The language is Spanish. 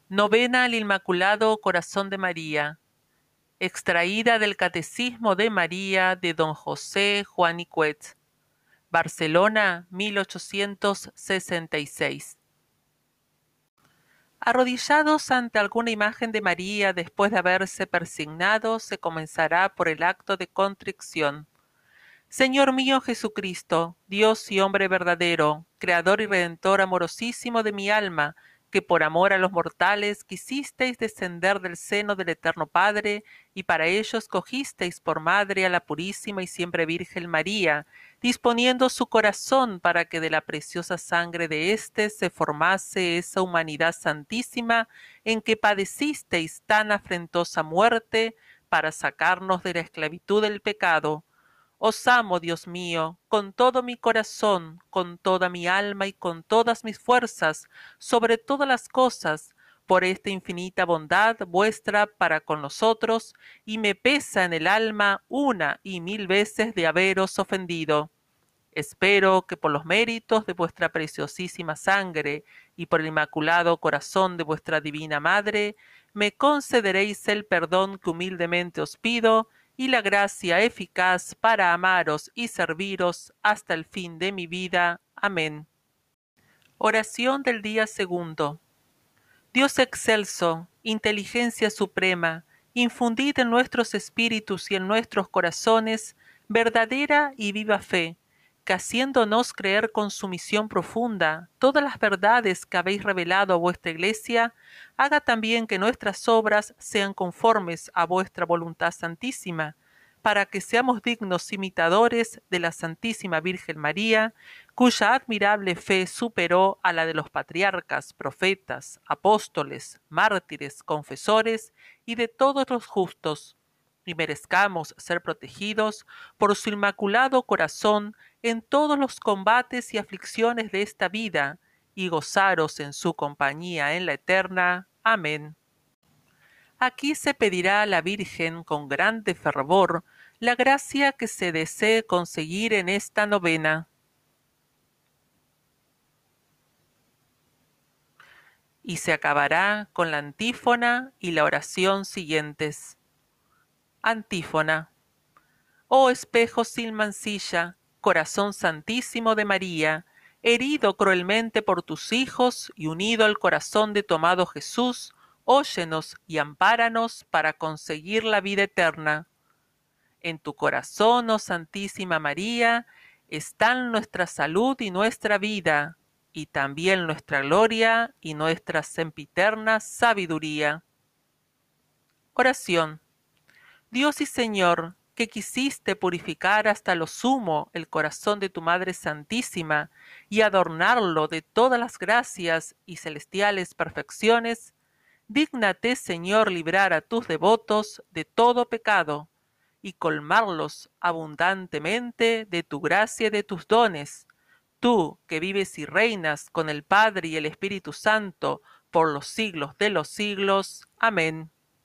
Novena al Inmaculado Corazón de María, extraída del Catecismo de María de don José Juan Icuet, Barcelona, 1866. Arrodillados ante alguna imagen de María después de haberse persignado, se comenzará por el acto de contrición. Señor mío Jesucristo, Dios y hombre verdadero, Creador y Redentor amorosísimo de mi alma, que por amor a los mortales quisisteis descender del seno del Eterno Padre, y para ello escogisteis por madre a la purísima y siempre Virgen María, disponiendo su corazón para que de la preciosa sangre de éste se formase esa humanidad santísima en que padecisteis tan afrentosa muerte, para sacarnos de la esclavitud del pecado. Os amo, Dios mío, con todo mi corazón, con toda mi alma y con todas mis fuerzas, sobre todas las cosas, por esta infinita bondad vuestra para con nosotros, y me pesa en el alma una y mil veces de haberos ofendido. Espero que por los méritos de vuestra preciosísima sangre y por el inmaculado corazón de vuestra divina Madre, me concederéis el perdón que humildemente os pido y la gracia eficaz para amaros y serviros hasta el fin de mi vida. Amén. Oración del día segundo. Dios excelso, inteligencia suprema, infundid en nuestros espíritus y en nuestros corazones verdadera y viva fe, que haciéndonos creer con sumisión profunda todas las verdades que habéis revelado a vuestra Iglesia, haga también que nuestras obras sean conformes a vuestra voluntad santísima, para que seamos dignos imitadores de la Santísima Virgen María, cuya admirable fe superó a la de los patriarcas, profetas, apóstoles, mártires, confesores y de todos los justos, y merezcamos ser protegidos por su inmaculado corazón en todos los combates y aflicciones de esta vida, y gozaros en su compañía en la eterna. Amén. Aquí se pedirá a la Virgen con grande fervor la gracia que se desee conseguir en esta novena. Y se acabará con la antífona y la oración siguientes. Antífona. Oh espejo sin mancilla, corazón santísimo de María, herido cruelmente por tus hijos y unido al corazón de tu amado Jesús, óyenos y ampáranos para conseguir la vida eterna. En tu corazón, oh Santísima María, están nuestra salud y nuestra vida, y también nuestra gloria y nuestra sempiterna sabiduría. Oración. Dios y Señor, que quisiste purificar hasta lo sumo el corazón de tu Madre Santísima y adornarlo de todas las gracias y celestiales perfecciones, dígnate, Señor, librar a tus devotos de todo pecado y colmarlos abundantemente de tu gracia y de tus dones, tú que vives y reinas con el Padre y el Espíritu Santo por los siglos de los siglos. Amén.